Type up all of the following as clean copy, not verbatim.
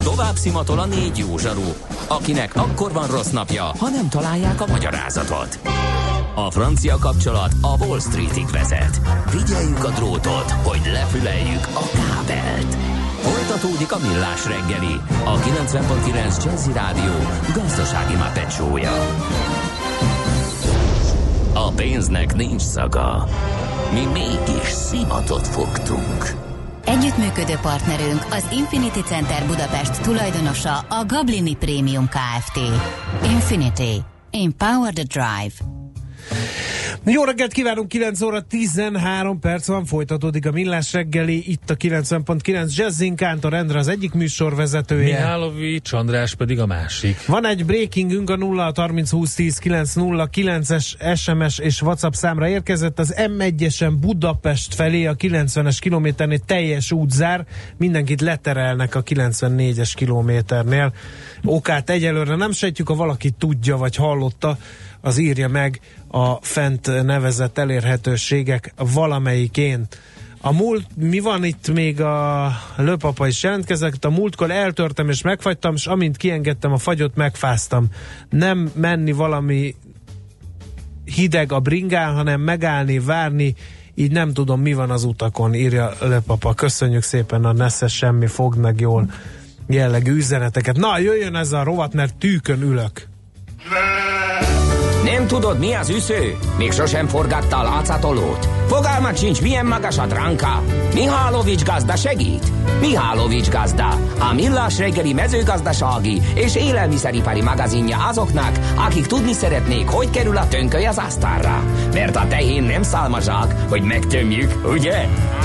Tovább szimatol a 4 jó zsaru, akinek akkor van rossz napja, ha nem találják a magyarázatot. A francia kapcsolat a Wall Streetig vezet. Figyeljük a drótot, hogy lefüleljük a kábelt. Folytatódik a Millás reggeli, a 90.9 Jazzy Rádió gazdasági mápecsója. A pénznek nincs szaga, mi mégis szimatot fogtunk. Együttműködő partnerünk az Infinity Center Budapest tulajdonosa a Gablini Premium Kft. Infinity. Empower the Drive. Jó reggelt kívánunk, 9 óra 13 perc van, folytatódik a Millás reggeli, itt a 90.9 Jazzin, Kántor Endre az egyik műsorvezetője. Mihálovics András pedig a másik. Van egy breakingünk, a 0-30-20-10-9-0-9-es SMS és WhatsApp számra érkezett, az M1-esen Budapest felé a 90-es kilométernél teljes útzár, mindenkit leterelnek a 94-es kilométernél. Okát egyelőre nem sejtjük, ha valaki tudja vagy hallotta, az írja meg a fent nevezett elérhetőségek valamelyikén. Mi van itt még, a Lőpapa is jelentkezett, a múltkor eltörtem és megfagytam, és amint kiengedtem a fagyot, megfáztam. Nem menni valami hideg a bringán, hanem megállni, várni, így nem tudom, mi van az utakon, írja Lőpapa. Köszönjük szépen a nesze semmi fog meg jól jellegű üzeneteket. Na, jöjjön ez a rovat, mert tűkön ülök. Nem tudod, mi az üsző? Még sosem forgatta a látszatolót? Fogalmat sincs, milyen magas a dránka? Mihálovics gazda segít? Mihálovics gazda, a Millás reggeli mezőgazdasági és élelmiszeripari magazinja azoknak, akik tudni szeretnék, hogy kerül a tönköly az asztalra. Mert a tehén nem szálmazsák, hogy megtömjük, ugye?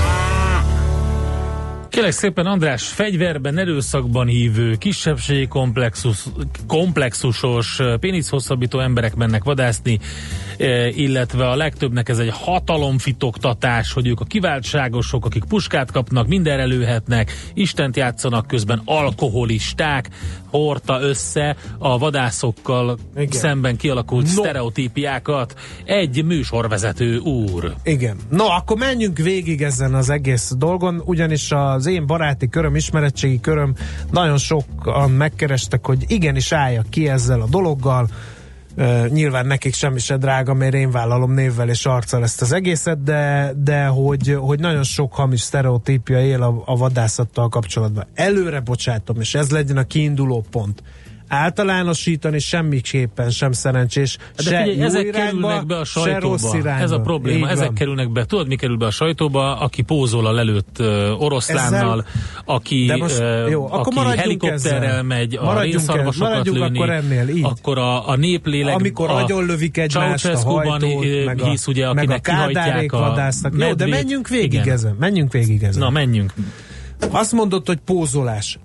Kérlek szépen, András, fegyverben, erőszakban hívő, kisebbségi komplexusos, péniszhosszabbító emberek mennek vadászni, illetve a legtöbbnek ez egy hatalomfitoktatás, hogy ők a kiváltságosok, akik puskát kapnak, mindenre lőhetnek, Istent játszanak, közben alkoholisták, hordta össze a vadászokkal szemben kialakult sztereotípiákat egy műsorvezető úr. Igen. No, akkor menjünk végig ezen az egész dolgon, ugyanis az én baráti köröm, ismeretségi köröm nagyon sokan megkerestek, hogy igenis álljak ki ezzel a dologgal. Nyilván nekik semmi se drága, mert én vállalom névvel és arccal ezt az egészet, de hogy nagyon sok hamis sztereotípia él a vadászattal kapcsolatban. Előre bocsátom, és ez legyen a kiinduló pont. Általánosítani semmiképpen sem szerencsés, de se figyelj, jó ezek irányba, kerülnek be a sajtóba. Se rossz irányba. Ez a probléma, ezek kerülnek be. Tudod, mi kerül be a sajtóba? Aki pózol a lelőtt oroszlánnal, aki helikopterrel megy a rénszarvasokat lőni, akkor a néplélek, amikor agyonlövik egymást a hajtót, hisz, ugye, akinek kihajtják a medvét. De menjünk végig ezen. Na, menjünk. Azt mondod, hogy pózolás.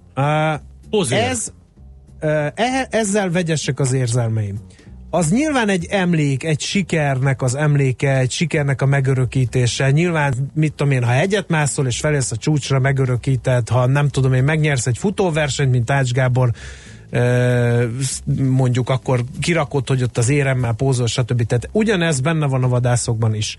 Ezzel vegyesek az érzelmeim. Az nyilván egy emlék, egy sikernek az emléke, egy sikernek a megörökítése. Nyilván, mit tudom én, ha egyet mászol és felélsz a csúcsra, megörökíted, ha nem tudom én, megnyersz egy futóversenyt, mint Ács Gábor, mondjuk akkor kirakod, hogy ott az éremmel pózol, stb. Tehát ugyanez benne van a vadászokban is.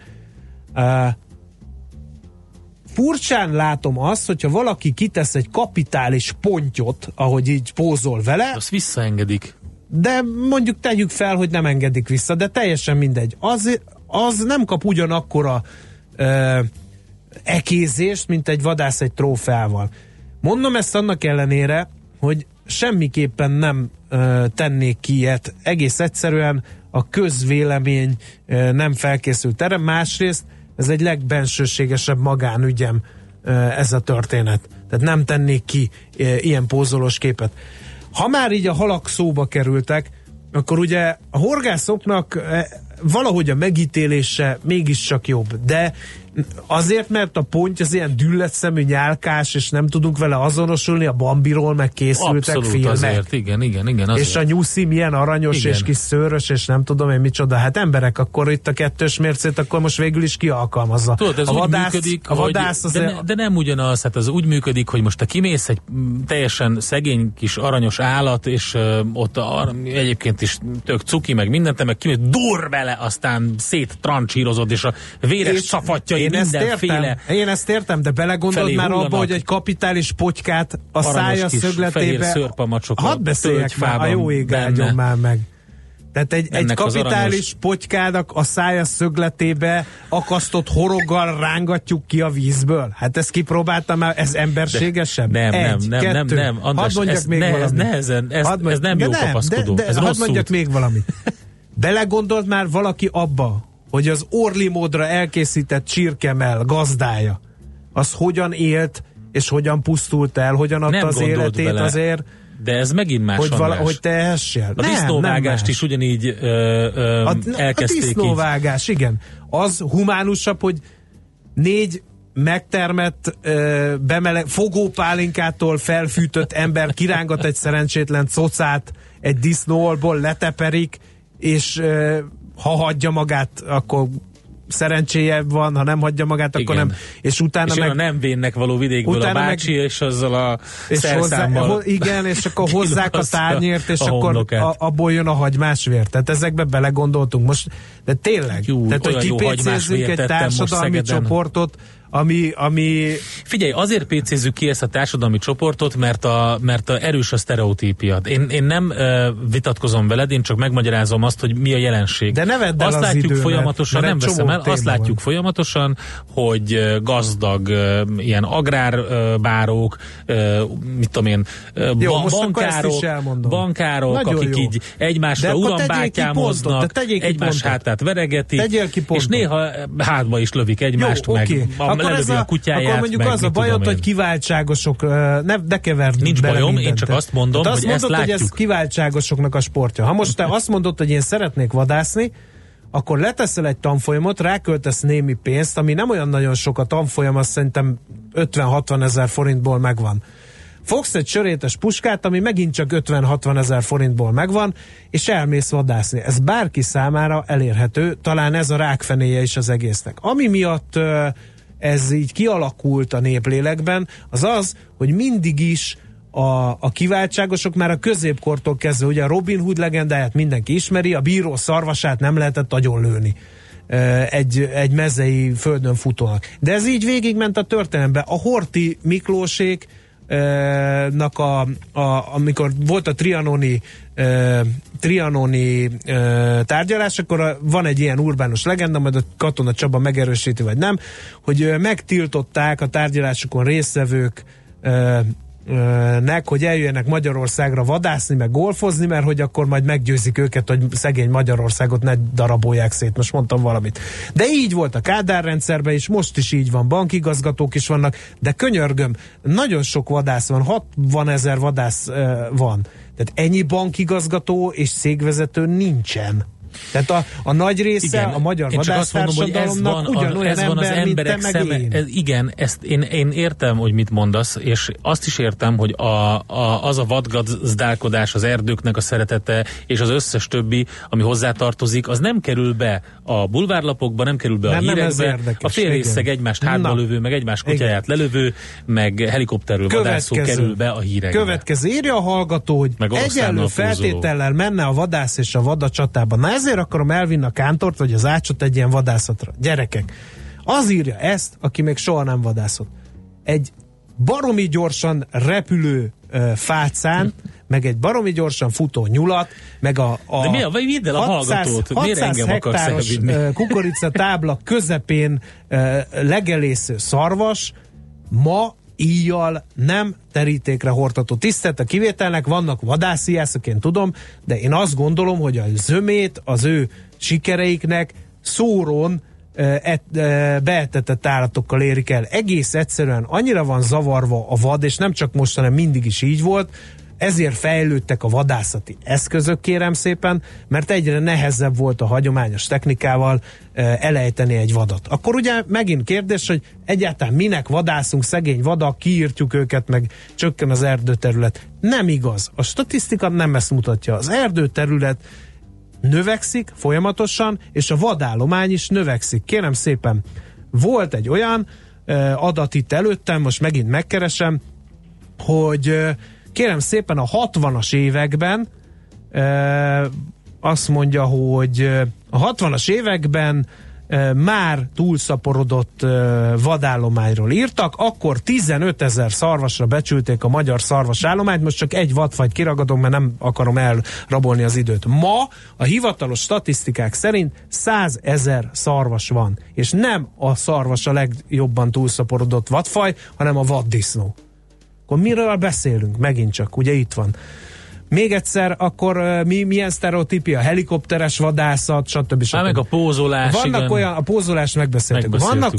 Furcsán látom azt, hogyha valaki kitesz egy kapitális pontyot, ahogy így pózol vele. Azt visszaengedik. De mondjuk tegyük fel, hogy nem engedik vissza, de teljesen mindegy. Az nem kap ugyanakkora ekézést, mint egy vadász egy trófeával. Mondom ezt annak ellenére, hogy semmiképpen nem tennék ki ilyet. Egész egyszerűen a közvélemény nem felkészült erre. Másrészt ez egy legbensőségesebb magánügyem, ez a történet. Tehát nem tennék ki ilyen pózolós képet. Ha már így a halak szóba kerültek, akkor ugye a horgászoknak valahogy a megítélése mégiscsak jobb, de azért, mert a ponty az ilyen dülletszemű nyálkás, és nem tudunk vele azonosulni, a Bambiról meg készültek abszolút filmek. Azért, igen. Azért. És a nyuszi milyen aranyos, igen, és kis szőrös, és nem tudom én micsoda. Hát emberek, akkor itt a kettős mércét, akkor most végül is ki alkalmazza. Tudod, ez úgy működik, de nem ugyanaz, hát az úgy működik, hogy most te kimész egy teljesen szegény kis aranyos állat, és ott egyébként is tök cuki, meg mindent, te meg kimész, dur bele, aztán széttrancsírozod, és a véres szafatjai amerikai mindenféle. Én ezt értem, de belegondold már abba, hogy egy kapitális potykát a szája szögletébe... Hadd beszéljek már, a jó ég áldjon már meg. Tehát egy kapitális potykának a szája szögletébe akasztott horoggal rángatjuk ki a vízből. Hát ezt kipróbáltam már, ez emberségesebb? Nem. András, hadd mondjak még valamit. Ez nem jó kapaszkodó. Ez hadd mondjak még valamit. Belegondolt már valaki abba, hogy az Orli módra elkészített csirkemell gazdája, az hogyan élt, és hogyan pusztult el, hogyan adta az életét bele. Azért... De ez megint más, hogy te essél. A disznóvágást is ugyanígy elkezdték. A disznóvágás, igen. Az humánusabb, hogy 4 megtermett fogópálinkától felfűtött ember kirángat egy szerencsétlen cocát egy disznóolból, leteperik, és ha hagyja magát, akkor szerencséje van, ha nem hagyja magát, akkor nem. És utána és meg... nem vénnek való vidékből a bácsi, és azzal a szerszámmal... Igen, és akkor hozzák a tányért, és akkor abból jön a hagymásvér. Tehát ezekbe belegondoltunk most. De tényleg, tehát hogy kipécézzünk egy társadalmi csoportot, ami... Figyelj, azért pécézzük ki ezt a társadalmi csoportot, mert a erős a sztereotípia. Én nem vitatkozom veled, én csak megmagyarázom azt, hogy mi a jelenség. De ne vedd el azt az látjuk időmet, folyamatosan, nem veszem el, azt látjuk folyamatosan, hogy gazdag ilyen agrárbárók, mit tudom én, bankárok, akik így egymásra urambátyámoznak, egymás hátát veregetik, és néha hátba is lövik egymást, meg lelövi a kutyáját. Akkor mondjuk az a bajod, hogy kiváltságosok, ne keverd. Nincs bajom, én csak azt mondom, hogy ezt látjuk. Hogy ez kiváltságosoknak a sportja. Ha most te azt mondod, hogy én szeretnék vadászni, akkor leteszel egy tanfolyamot, ráköltesz némi pénzt, ami nem olyan nagyon sok, a tanfolyam, azt szerintem 50-60 ezer forintból megvan. Fogsz egy sörétes puskát, ami megint csak 50-60 ezer forintból megvan, és elmész vadászni. Ez bárki számára elérhető, talán ez a rákfenéje is az egésznek. Ami miatt ez így kialakult a néplélekben, az az, hogy mindig is a kiváltságosok már a középkortól kezdve, ugye a Robin Hood legendáját mindenki ismeri, a bíró szarvasát nem lehetett agyonlőni egy mezei földön futónak. De ez így végigment a történelemben. A Horthy Miklósék amikor volt a trianoni tárgyalás, akkor van egy ilyen urbánus legenda, majd a Katona Csaba megerősíti, vagy nem, hogy megtiltották a tárgyalásokon résztvevők hogy eljöjjenek Magyarországra vadászni, meg golfozni, mert hogy akkor majd meggyőzik őket, hogy szegény Magyarországot ne darabolják szét. Most mondtam valamit. De így volt a Kádár rendszerben is, most is így van, bankigazgatók is vannak, de könyörgöm, nagyon sok vadász van, 60 ezer vadász van. Tehát ennyi bankigazgató és cégvezető nincsen. Tehát a nagy része, igen, a magyar vadásztársadalomnak ugyanolyan ember, mint te meg én. Igen, ezt én értem, hogy mit mondasz, és azt is értem, hogy az a vadgazdálkodás, az erdőknek a szeretete, és az összes többi, ami hozzátartozik, az nem kerül be a bulvárlapokba, nem kerül be a hírekbe. A félrészeg egymást hátba lövő, meg egymás kutyáját lelövő, meg helikopterről vadászó kerül be a hírekbe. Következő, írja a hallgató, hogy egyenlő feltétellel menne a vadász és a vad a csatába. Na ezért akarom elvinni a Kántort, vagy az Ácsot egy ilyen vadászatra. Gyerekek, az írja ezt, aki még soha nem vadászott. Egy baromi gyorsan repülő fácán, meg egy baromi gyorsan futó nyulat, meg a de mi a 600 hektáros kukoricatábla közepén legelésző szarvas ma íjjal nem terítékre hordható. Tisztelt a kivételnek, vannak vadásziászok, én tudom, de én azt gondolom, hogy a zömét az ő sikereiknek szórón beetetett állatokkal érik el. Egész egyszerűen annyira van zavarva a vad, és nem csak most, hanem mindig is így volt, ezért fejlődtek a vadászati eszközök, kérem szépen, mert egyre nehezebb volt a hagyományos technikával elejteni egy vadat. Akkor ugye megint kérdés, hogy egyáltalán minek vadászunk, szegény vadak, kiírtjuk őket, meg csökken az erdőterület. Nem igaz. A statisztika nem ezt mutatja. Az erdőterület növekszik folyamatosan, és a vadállomány is növekszik. Kérem szépen, volt egy olyan adat itt előttem, most megint megkeresem, hogy kérem szépen a 60-as években azt mondja, hogy a 60-as években már túlszaporodott vadállományról írtak, akkor 15 000 szarvasra becsülték a magyar szarvasállományt, most csak egy vadfajt kiragadom, mert nem akarom elrabolni az időt. Ma a hivatalos statisztikák szerint 100 000 szarvas van, és nem a szarvas a legjobban túlszaporodott vadfaj, hanem a vaddisznó. Akkor miről beszélünk? Megint csak, ugye itt van. Még egyszer, akkor milyen sztereotípia? Helikopteres vadászat, stb. Meg a pózolás. Vannak olyan, a pózolást megbeszéltük.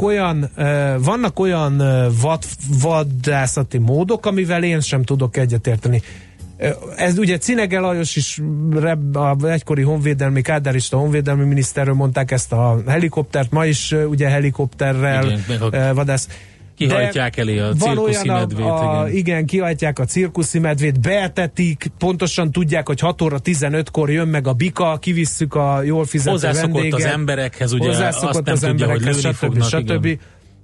Vannak olyan vadászati módok, amivel én sem tudok egyetérteni. Ez ugye Cinege Lajos is, a egykori honvédelmi, kádárista honvédelmi miniszterről mondták ezt a helikoptert, ma is ugye helikopterrel vadász. Kihajtják elé a cirkuszi medvét. Igen, kihajtják a cirkuszi medvét, beetetik, pontosan tudják, hogy 6 óra 15-kor jön meg a bika, kivisszük a jól fizető vendéget. Hozzászokott az emberekhez, ugye azt nem tudja, hogy lőni fognak. Stb.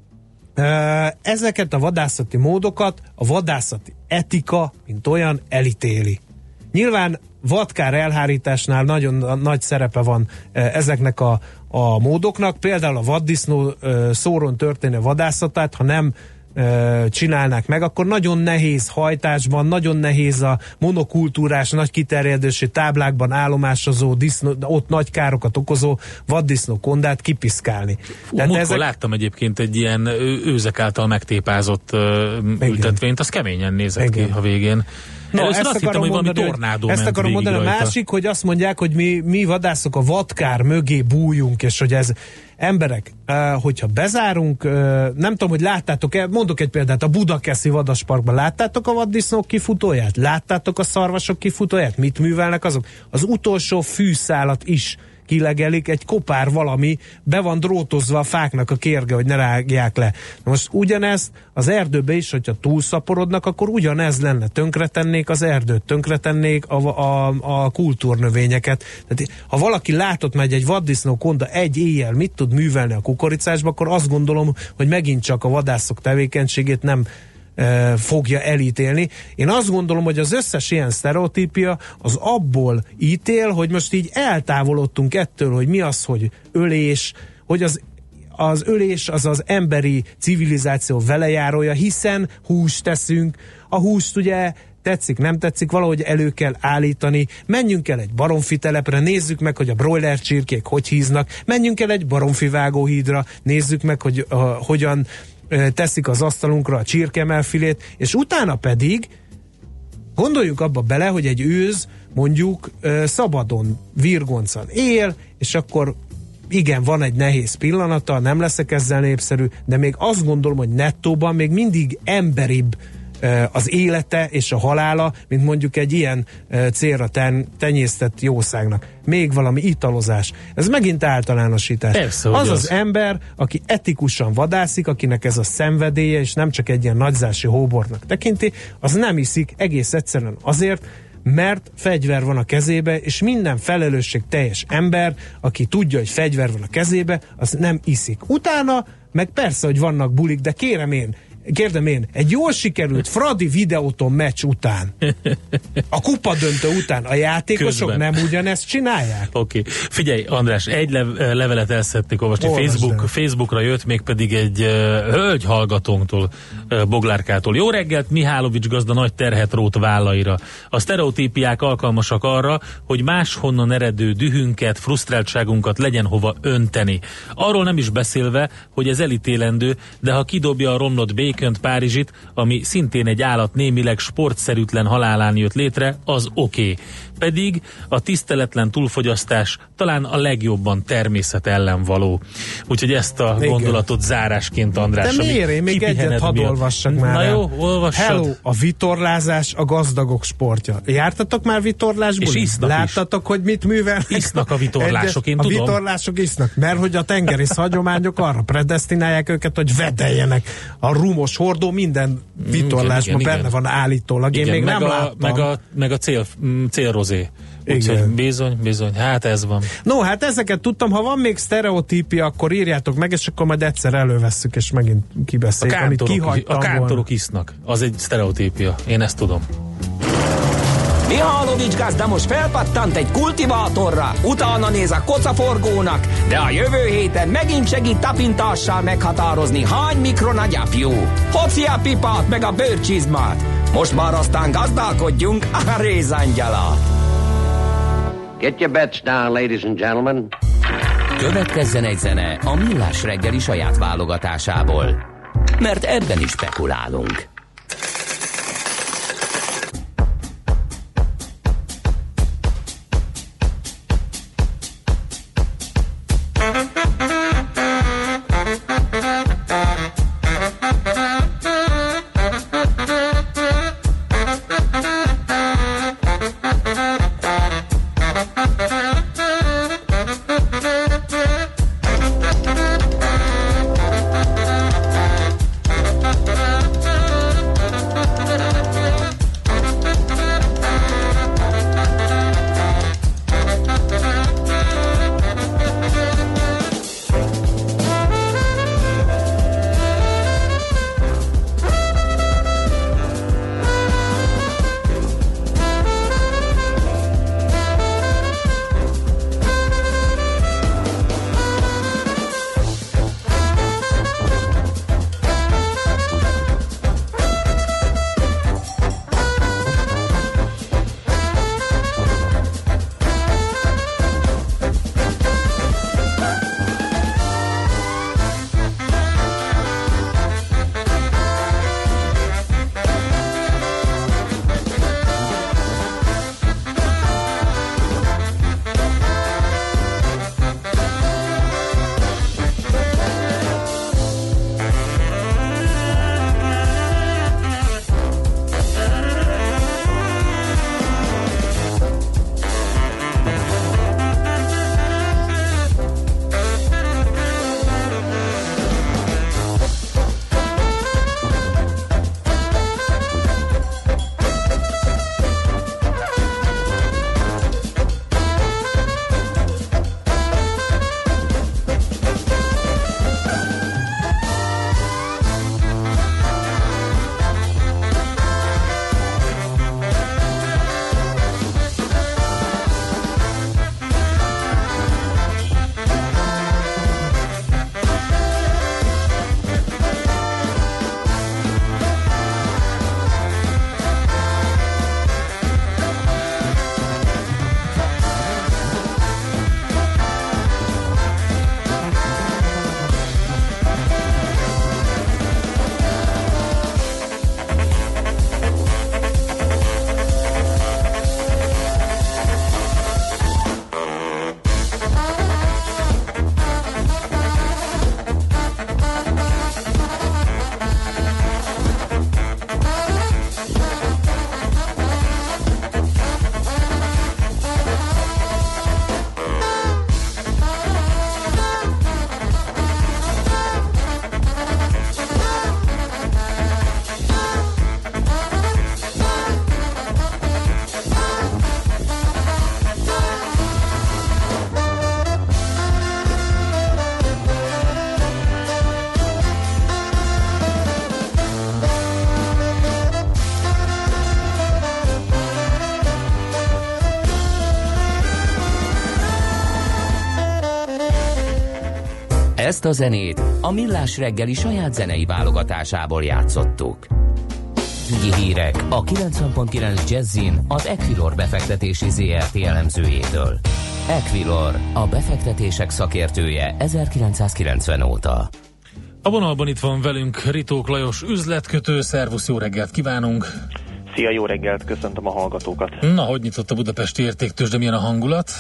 Ezeket a vadászati módokat a vadászati etika, mint olyan, elítéli. Nyilván vadkár elhárításnál nagyon nagy szerepe van ezeknek a módoknak, például a vaddisznó szóron történő vadászatát, ha nem csinálnák meg, akkor nagyon nehéz hajtásban, nagyon nehéz a monokultúrás, nagy kiterjedésű táblákban állomásozó, ott nagy károkat okozó vaddisznó kondát kipiszkálni. Múltkor láttam egyébként egy ilyen őzek által megtépázott ültetvényt, az keményen nézett ki a végén. Először azt hittem, hogy valami tornádó ment akarom mondani, a másik, hogy azt mondják, hogy mi vadászok a vadkár mögé bújjunk, és hogy ez emberek, hogyha bezárunk, nem tudom, hogy láttátok-e, mondok egy példát, a Budakeszi Vadasparkban láttátok a vaddisznók kifutóját? Láttátok a szarvasok kifutóját? Mit művelnek azok? Az utolsó fűszálat is kilegelik, egy kopár valami, be van drótozva a fáknak a kérge, hogy ne rágják le. Na most ugyanezt az erdőbe is, hogyha túlszaporodnak, akkor ugyanez lenne. Tönkretennék az erdőt, tönkretennék a kultúrnövényeket. Tehát, ha valaki látott már egy vaddisznó konda egy éjjel mit tud művelni a kukoricásba, akkor azt gondolom, hogy megint csak a vadászok tevékenységét nem fogja elítélni. Én azt gondolom, hogy az összes ilyen sztereotípia az abból ítél, hogy most így eltávolodtunk ettől, hogy mi az, hogy ölés, hogy az ölés az az emberi civilizáció velejárója, hiszen húst teszünk. A húst ugye tetszik, nem tetszik, valahogy elő kell állítani. Menjünk el egy baromfi telepre, nézzük meg, hogy a broiler csirkék hogy híznak. Menjünk el egy baromfi vágóhídra, nézzük meg, hogy hogyan teszik az asztalunkra a csirkemelfilét, és utána pedig gondoljuk abba bele, hogy egy őz mondjuk szabadon, virgoncon él, és akkor igen, van egy nehéz pillanata, nem leszek ezzel népszerű, de még azt gondolom, hogy nettóban még mindig emberibb az élete és a halála, mint mondjuk egy ilyen célra tenyésztett jószágnak. Még valami italozás. Ez megint általánosítás. Persze, az ember, aki etikusan vadászik, akinek ez a szenvedélye, és nem csak egy ilyen nagyzási hóbortnak tekinti, az nem iszik egész egyszerűen azért, mert fegyver van a kezébe, és minden felelősség teljes ember, aki tudja, hogy fegyver van a kezébe, az nem iszik. Utána, meg persze, hogy vannak bulik, de kérdem én, egy jól sikerült Fradi Videóton meccs után, a kupadöntő után a játékosok nem ugyanezt csinálják? Oké. Figyelj, András, egy levelet el szeretnék olvasni. Facebookra jött, még pedig egy hölgy hallgatónktól, Boglárkától. Jó reggelt, Mihálovics gazda nagy terhet rót vállaira. A sztereotípiák alkalmasak arra, hogy máshonnan eredő dühünket, frusztráltságunkat legyen hova önteni. Arról nem is beszélve, hogy ez elítélendő, de ha kidobja a romlott Békönt, Párizsit, ami szintén egy állat némileg sportszerűtlen halálán jött létre, az oké. Pedig a tiszteletlen túlfogyasztás talán a legjobban természet ellen való. Úgyhogy ezt a gondolatot zárásként, András. De miért? Én még egyet hadd olvassak már. Na jó, olvassad. Hello, a vitorlázás a gazdagok sportja. Jártatok már vitorlásból? És isznak Láttatok, hogy mit művelnek? Isznak a vitorlások, én tudom. A vitorlások isznak, mert hogy a tengerész hagyományok arra predesztinálják őket, hogy vedeljenek. A rumos hordó minden vitorlásban benne van állítólag. Én még nem láttam. Meg a célrozé. Úgyhogy bizony, hát ez van. No, hát ezeket tudtam, ha van még sztereotípia, akkor írjátok meg, és akkor majd egyszer elővesszük, és megint kibeszéljük, amit kihagytam a kántorok isznak. Az egy sztereotípia. Én ezt tudom. Mihálovics gazda most felpattant egy kultivátorra, utána néz a kocaforgónak, de a jövő héten megint segít tapintással meghatározni, hány mikron a gyapjú. Hoci a pipát meg a bőrcsizmát. Most már aztán gazdálkodjunk a rézangyalat. Get your bets down, ladies and gentlemen. Következzen egy zene a Millás reggeli saját válogatásából, mert ebben is spekulálunk. Ezt a zenét a Millás reggeli saját zenei válogatásából játszottuk. Ügyi hírek a 90.9 Jazzin az Equilor befektetési ZRT elemzőjétől. Equilor, a befektetések szakértője 1990 óta. A vonalban itt van velünk Ritók Lajos üzletkötő. Szervusz, jó reggelt kívánunk! Szia, jó reggelt, köszöntöm a hallgatókat! Na, hogy nyitott a budapesti értéktőzsde, milyen a hangulat?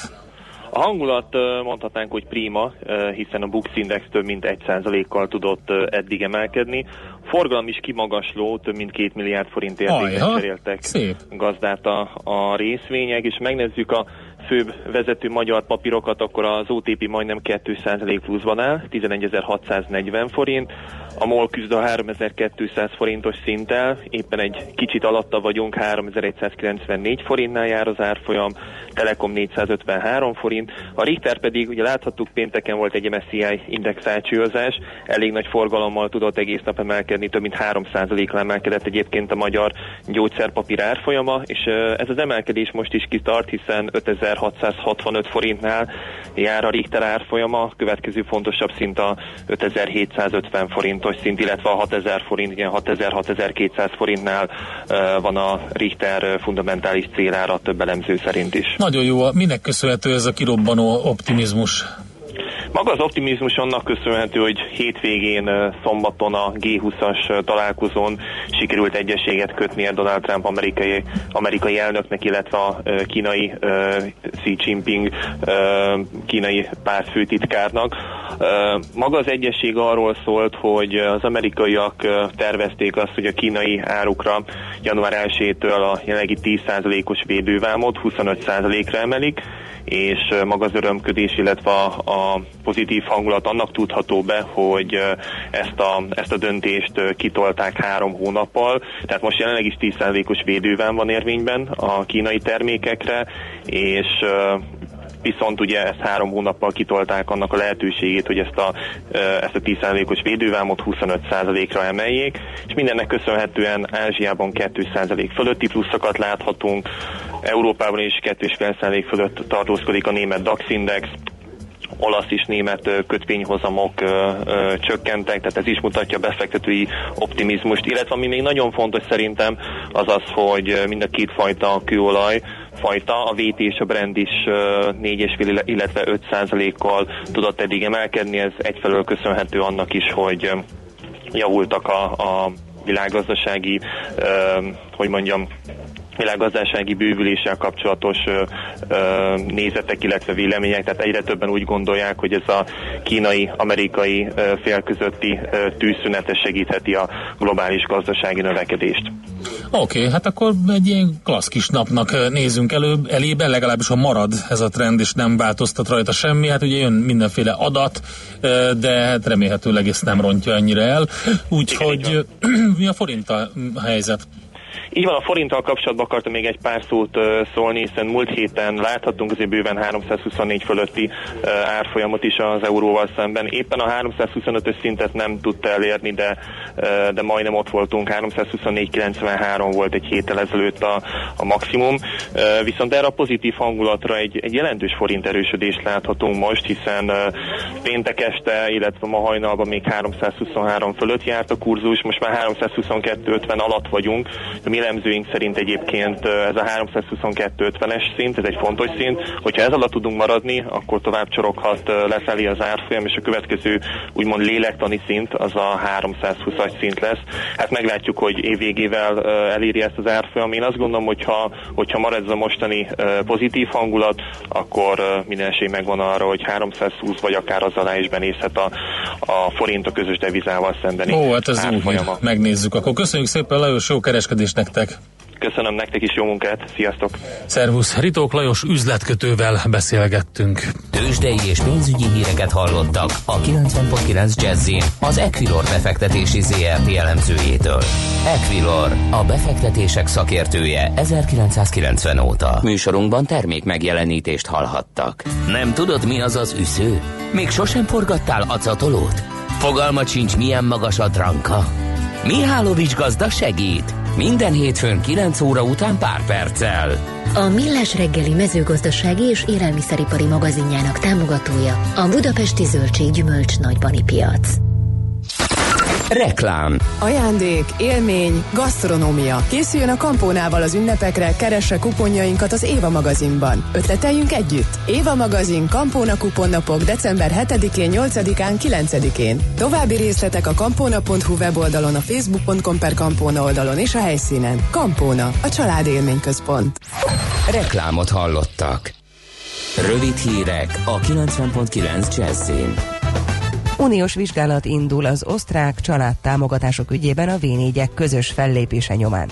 A hangulat mondhatnánk, hogy prima, hiszen a Bux Index több mint 1%-kal tudott eddig emelkedni. Forgalom is kimagasló, több mint 2 milliárd forint értékben cseréltek gazdát a részvények, és megnézzük a legfőbb vezető magyar papírokat, akkor az OTP majdnem 2% pluszban áll, 11.640 forint, a MOL küzd a 3200 forintos szinttel, éppen egy kicsit alatta vagyunk, 3194 forintnál jár az árfolyam, Telekom 453 forint, a Richter pedig, ugye láthattuk, pénteken volt egy MSCI index átcsúlyozás, elég nagy forgalommal tudott egész nap emelkedni, több mint 3%-kal emelkedett egyébként a magyar gyógyszerpapír árfolyama, és ez az emelkedés most is kitart, hiszen 5665 forintnál jár a Richter árfolyama, következő fontosabb szint a 5750 forintos szint, illetve a 6000 forint, igen, 6000-6200 forintnál van a Richter fundamentális célára több elemző szerint is. Nagyon jó, minek köszönhető ez a kirobbanó optimizmus? Maga az optimizmus annak köszönhető, hogy hétvégén szombaton a G20-as találkozón sikerült egyességet kötnie Donald Trump amerikai elnöknek, illetve a kínai Xi Jinping kínai pártfőtitkárnak. Maga az egyesség arról szólt, hogy az amerikaiak tervezték azt, hogy a kínai árukra január 1-től a jelenlegi 10%-os védővámot 25%-ra emelik, és maga az örömködés, illetve a pozitív hangulat annak tudható be, hogy ezt a döntést kitolták 3 hónappal, tehát most jelenleg is 10%-os védővám van érvényben a kínai termékekre, és viszont ugye ezt 3 hónappal kitolták annak a lehetőségét, hogy ezt a 10%-os védővámot 25%-ra emeljék, és mindennek köszönhetően Ázsiában 2% fölötti pluszokat láthatunk, Európában is 2,5% fölött tartózkodik a német DAX index, olasz és német kötvényhozamok csökkentek, tehát ez is mutatja a befektetői optimizmust, illetve ami még nagyon fontos szerintem az az, hogy mind a két fajta kőolaj fajta, a VT és a Brent is 4,5, illetve 5%-kal tudott eddig emelkedni, ez egyfelől köszönhető annak is, hogy javultak a világgazdasági, világgazdasági bűvüléssel kapcsolatos nézetek, illetve vélemények, tehát egyre többen úgy gondolják, hogy ez a kínai-amerikai fél közötti tűzszünet segítheti a globális gazdasági növekedést. Oké, hát akkor egy ilyen klassz kis napnak nézünk elébe, legalábbis ha marad ez a trend, és nem változtat rajta semmi, hát ugye jön mindenféle adat, de hát remélhetőleg ezt nem rontja ennyire el. Úgyhogy mi a forinttal helyzet? Így van, a forinttal kapcsolatban akartam még egy pár szót szólni, hiszen múlt héten láthattunk azért bőven 324 fölötti árfolyamot is az euróval szemben. Éppen a 325-ös szintet nem tudta elérni, de majdnem ott voltunk, 324,93 volt egy héttel ezelőtt a maximum. Viszont erre a pozitív hangulatra egy jelentős forint erősödést láthatunk most, hiszen péntek este, illetve ma hajnalban még 323 fölött járt a kurzus, most már 322,50 alatt vagyunk. A mi elemzőink szerint egyébként ez a 322,50-es szint, ez egy fontos szint. Hogyha ez alatt tudunk maradni, akkor tovább csoroghat lefelé az árfolyam, és a következő úgymond lélektani szint az a 320-as szint lesz. Hát meglátjuk, hogy évvégével eléri ezt az árfolyam. Én azt gondolom, hogyha marad ez a mostani pozitív hangulat, akkor minden esély megvan arra, hogy 320 vagy akár az alá is benézhet a forint a közös devizával szembeni. Ó, hát ez jó, megnézzük. Akkor köszönjük szépen, Lajos, jó kereskedést nektek! Köszönöm nektek is, jó munkát, sziasztok! Szervusz, Ritók Lajos üzletkötővel beszélgettünk. Tőzsdei és pénzügyi híreket hallottak a 90.9 Jazzin az Equilor befektetési ZRT elemzőjétől. Equilor, a befektetések szakértője 1990 óta. Műsorunkban termék megjelenítést hallhattak. Nem tudod, mi az az üsző? Még sosem forgattál acatolót? Fogalmat sincs, milyen magas a dranka? Mihálovics gazda segít! Minden hétfőn 9 óra után pár perccel. A Millás reggeli mezőgazdasági és élelmiszeripari magazinjának támogatója a Budapesti Zöldség Gyümölcs Nagybani Piac. Reklám. Ajándék, élmény, gasztronómia. Készüljön a Campónával az ünnepekre, keresse kuponjainkat az Éva magazinban. Ötleteljünk együtt! Éva magazin, Campóna kuponnapok december 7-én, 8-án, 9-én. További részletek a campona.hu weboldalon, a facebook.com/Campóna oldalon és a helyszínen. Campóna, a család élményközpont. Reklámot hallottak. Rövid hírek a 90.9 Jazzin. Uniós vizsgálat indul az osztrák családtámogatások ügyében a V4-ek közös fellépése nyomán.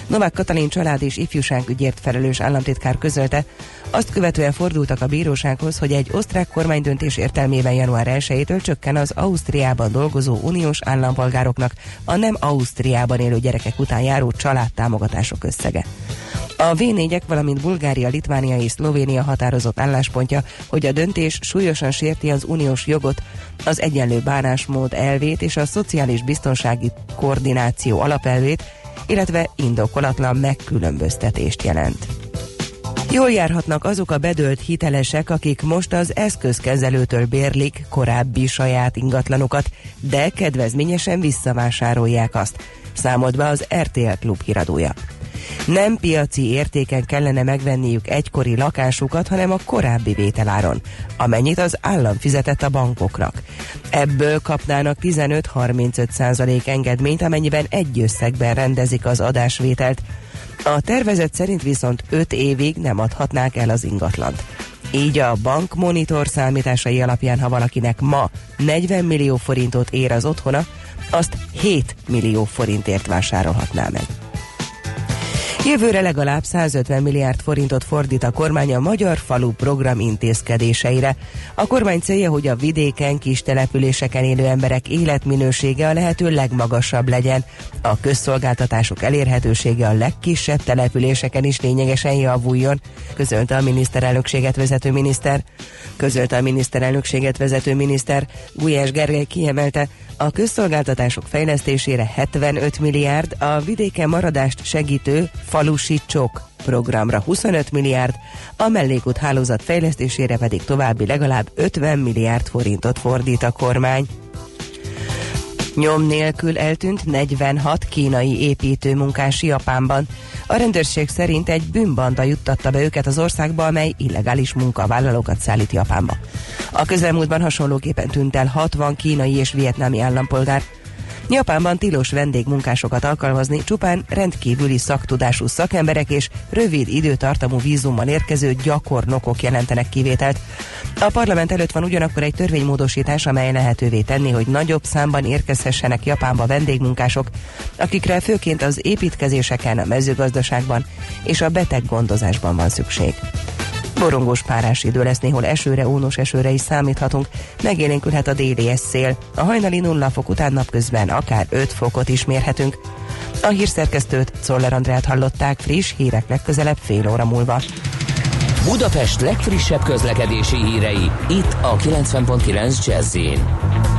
Novák Katalin család és ifjúságügyért felelős államtitkár közölte, azt követően fordultak a bírósághoz, hogy egy osztrák kormánydöntés értelmében január 1-től csökken az Ausztriában dolgozó uniós állampolgároknak a nem Ausztriában élő gyerekek után járó családtámogatások összege. A V4-ek, valamint Bulgária, Litvánia és Szlovénia határozott álláspontja, hogy a döntés súlyosan sérti az uniós jogot, az egyenlő bánásmód elvét és a szociális biztonsági koordináció alapelvét, illetve indokolatlan megkülönböztetést jelent. Jól járhatnak azok a bedölt hitelesek, akik most az eszközkezelőtől bérlik korábbi saját ingatlanokat, de kedvezményesen visszavásárolják azt, számolt be az RTL Klub híradója. Nem piaci értéken kellene megvenniük egykori lakásukat, hanem a korábbi vételáron, amennyit az állam fizetett a bankoknak. Ebből kapnának 15-35% engedményt, amennyiben egy összegben rendezik az adásvételt. A tervezet szerint viszont 5 évig nem adhatnák el az ingatlant. Így a Bank Monitor számításai alapján, ha valakinek ma 40 millió forintot ér az otthona, azt 7 millió forintért vásárolhatná meg. Jövőre legalább 150 milliárd forintot fordít a kormány a Magyar Falu program intézkedéseire. A kormány célja, hogy a vidéken, kis településeken élő emberek életminősége a lehető legmagasabb legyen. A közszolgáltatások elérhetősége a legkisebb településeken is lényegesen javuljon, közölte a miniszterelnökséget vezető miniszter. Gulyás Gergely kiemelte, a közszolgáltatások fejlesztésére 75 milliárd, a vidéken maradást segítő Falusi Csok programra 25 milliárd, a mellékút hálózat fejlesztésére pedig további legalább 50 milliárd forintot fordít a kormány. Nyom nélkül eltűnt 46 kínai építőmunkás Japánban. A rendőrség szerint egy bűnbanda juttatta be őket az országba, amely illegális munkavállalókat szállít Japánba. A közelmúltban hasonlóképpen tűnt el 60 kínai és vietnámi állampolgár. Japánban tilos vendégmunkásokat alkalmazni, csupán rendkívüli szaktudású szakemberek és rövid időtartamú vízummal érkező gyakornokok jelentenek kivételt. A parlament előtt van ugyanakkor egy törvénymódosítás, amely lehetővé tenni, hogy nagyobb számban érkezhessenek Japánba vendégmunkások, akikre főként az építkezéseken, a mezőgazdaságban és a beteggondozásban van szükség. Borongós párás idő lesz, néhol esőre, ónos esőre is számíthatunk, megélénkülhet a déli szél. A hajnali 0 fok után napközben akár 5 fokot is mérhetünk. A hírszerkesztőt, Czoller Andrát hallották, friss hírek legközelebb fél óra múlva. Budapest legfrissebb közlekedési hírei, itt a 90.9 Jazz-in.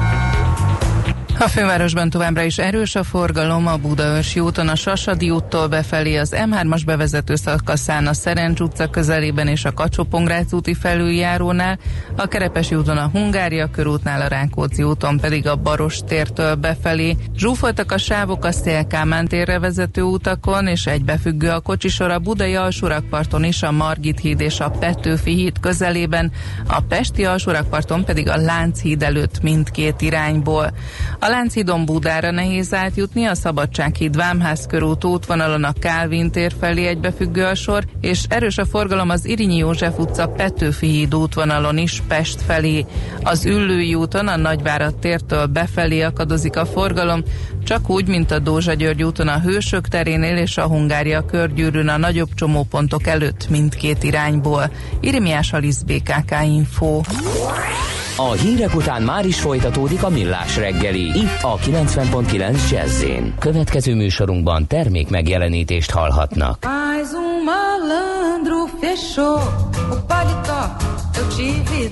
A fővárosban továbbra is erős a forgalom a Budaörsi úton, a Sasadi úttól befelé, az M3-as bevezető szakaszán, a Szerencs utca közelében és a Kacsó-Pongrác úti felüljárónál, a Kerepesi úton a Hungária körútnál, a Rákóczi úton pedig a Baros tértől befelé. Zsúfoltak a sávok a Széll-Kálmán térre vezető utakon, és egybefüggő a kocsisor a Budai alsórakparton is, a Margit híd és a Petőfi híd közelében, a Pesti alsórakparton pedig a Lánchíd előtt mindkét irányból. A Lánchídon Budára nehéz átjutni, a Szabadsághíd Vámház körút útvonalon a Kálvin tér felé egybefüggő a sor, és erős a forgalom az Irinyi József utca Petőfi híd útvonalon is Pest felé. Az Üllői úton a Nagyvárad tértől befelé akadozik a forgalom, csak úgy, mint a Dózsa György úton a Hősök terénél és a Hungária körgyűrűn a nagyobb csomópontok előtt mindkét irányból. Irimiás Alisz, BKK Info. A hírek után már is folytatódik a Millás reggeli, itt a 90.9 Jazz-in. Következő műsorunkban termék megjelenítést hallhatnak. Mais malandro fechou o paletó, eu tive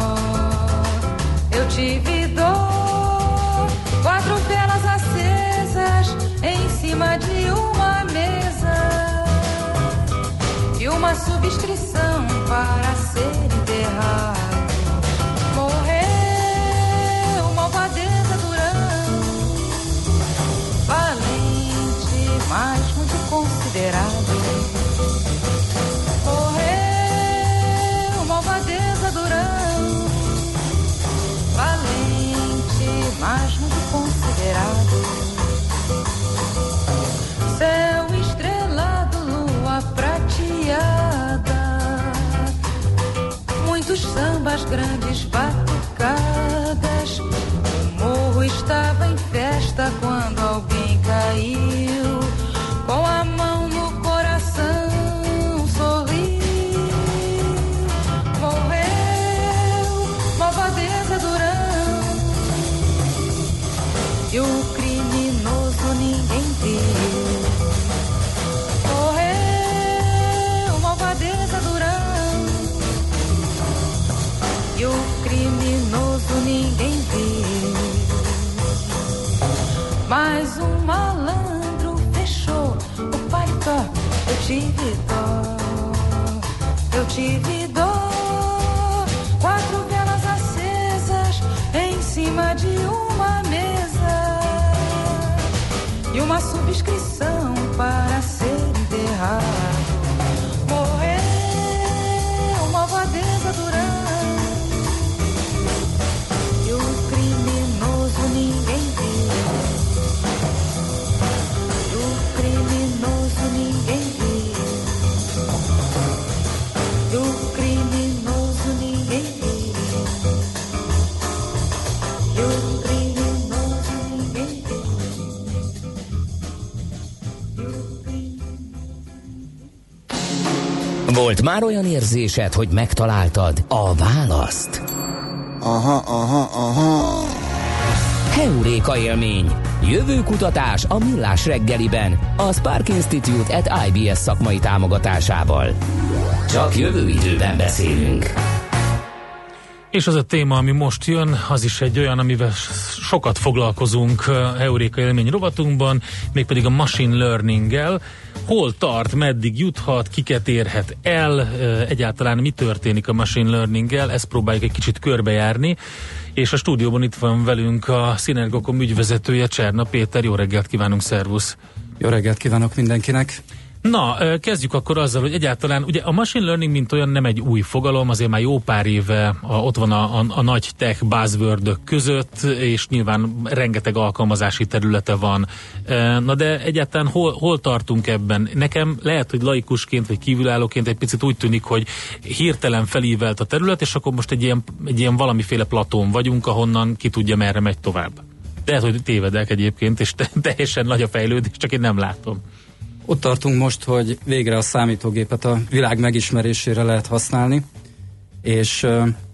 dó, 4 velas acesas em cima de uma mesa e uma subscrição para ser enterrado. Mas muito considerado. Morreu malvadeza Durão, valente, mas muito considerado. Céu estrelado, lua prateada, muitos sambas, grandes batucadas. O morro estava em festa quando alguém caiu com a mão tive dó, eu tive dó. 4 velas acesas em cima de uma mesa e uma subscrição para ser enterrado. Morreu uma abadesa Durão e o criminoso ninguém viu. E o criminoso ninguém viu. E o criminoso ninguém viu. E o criminoso ninguém viu. Volt már olyan érzésed, hogy megtaláltad a választ? Aha. Heuréka élmény. Jövőkutatás a Millás reggeliben, a Spark Institute at IBS szakmai támogatásával. Csak jövő időben beszélünk. És az a téma, ami most jön, az is egy olyan, amivel sokat foglalkozunk Heuréka élmény rovatunkban, mégpedig a machine learning-gel. Hol tart, meddig juthat, kiket érhet el, egyáltalán mi történik a machine learning-gel, ezt próbáljuk egy kicsit körbejárni. És a stúdióban itt van velünk a Synergocom ügyvezetője, Cserna Péter. Jó reggelt kívánunk, szervusz! Jó reggelt kívánok mindenkinek! Na, kezdjük akkor azzal, hogy egyáltalán ugye a machine learning mint olyan nem egy új fogalom, azért már jó pár éve ott van a nagy tech buzzwordök között, és nyilván rengeteg alkalmazási területe van. Na de egyáltalán hol tartunk ebben? Nekem lehet, hogy laikusként vagy kívülállóként egy picit úgy tűnik, hogy hirtelen felívelt a terület, és akkor most egy ilyen valamiféle platón vagyunk, ahonnan ki tudja merre megy tovább. Lehet, hogy tévedek egyébként, és teljesen nagy a fejlődés, csak én nem látom. Ott tartunk most, hogy végre a számítógépet a világ megismerésére lehet használni, és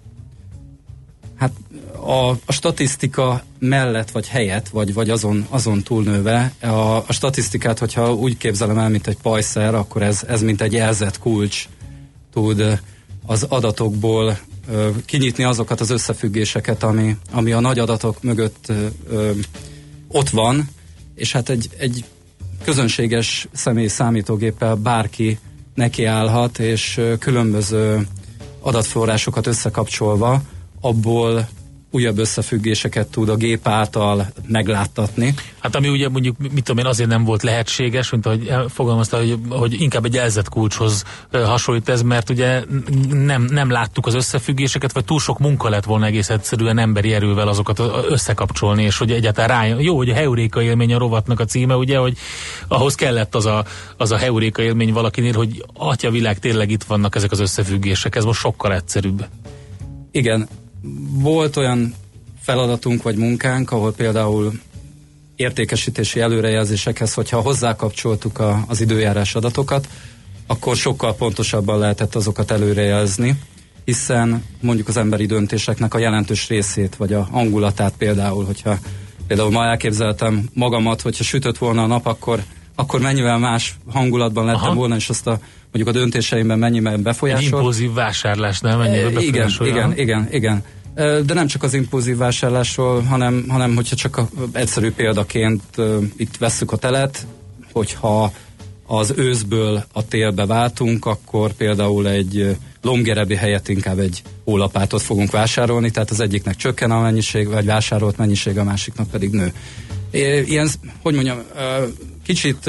hát a statisztika mellett, vagy helyett, vagy azon túlnőve, a statisztikát, hogyha úgy képzelem el, mint egy pajszer, akkor ez mint egy jelzett kulcs tud az adatokból kinyitni azokat az összefüggéseket, ami a nagy adatok mögött ott van, és hát egy közönséges személyi számítógéppel bárki nekiállhat, és különböző adatforrásokat összekapcsolva abból újabb összefüggéseket tud a gép által megláttatni. Hát ami ugye mondjuk, mit tudom én, azért nem volt lehetséges, mint ahogy fogalmazta, hogy inkább egy jelzett kulcshoz hasonlít ez, mert ugye nem láttuk az összefüggéseket, vagy túl sok munka lett volna egész egyszerűen emberi erővel azokat összekapcsolni, és hogy egyáltalán rájön. Jó, hogy a Heuréka élmény a rovatnak a címe, ugye, hogy ahhoz kellett az a Heuréka élmény valakinél, hogy atyavilág, tényleg itt vannak ezek az összefüggések, ez most sokkal egyszerűbb. Igen. Volt olyan feladatunk vagy munkánk, ahol például értékesítési előrejelzésekhez, hogyha hozzákapcsoltuk az időjárás adatokat, akkor sokkal pontosabban lehetett azokat előrejelzni, hiszen mondjuk az emberi döntéseknek a jelentős részét, vagy a hangulatát például, hogyha például ma elképzeltem magamat, hogyha sütött volna a nap, akkor mennyivel más hangulatban lettem volna, és azt mondjuk a döntéseimben mennyiben befolyásol. Egy impulzív vásárlás, nem? Mennyire befolyásolja? Igen. De nem csak az impulzív vásárlásról, hanem hogyha csak egyszerű példaként itt vesszük a telet, hogyha az őszből a télbe váltunk, akkor például egy lombgerebi helyett inkább egy hólapátot fogunk vásárolni, tehát az egyiknek csökken a mennyiség, vagy vásárolt mennyiség, a másiknak pedig nő. Ilyen, hogy mondjam, kicsit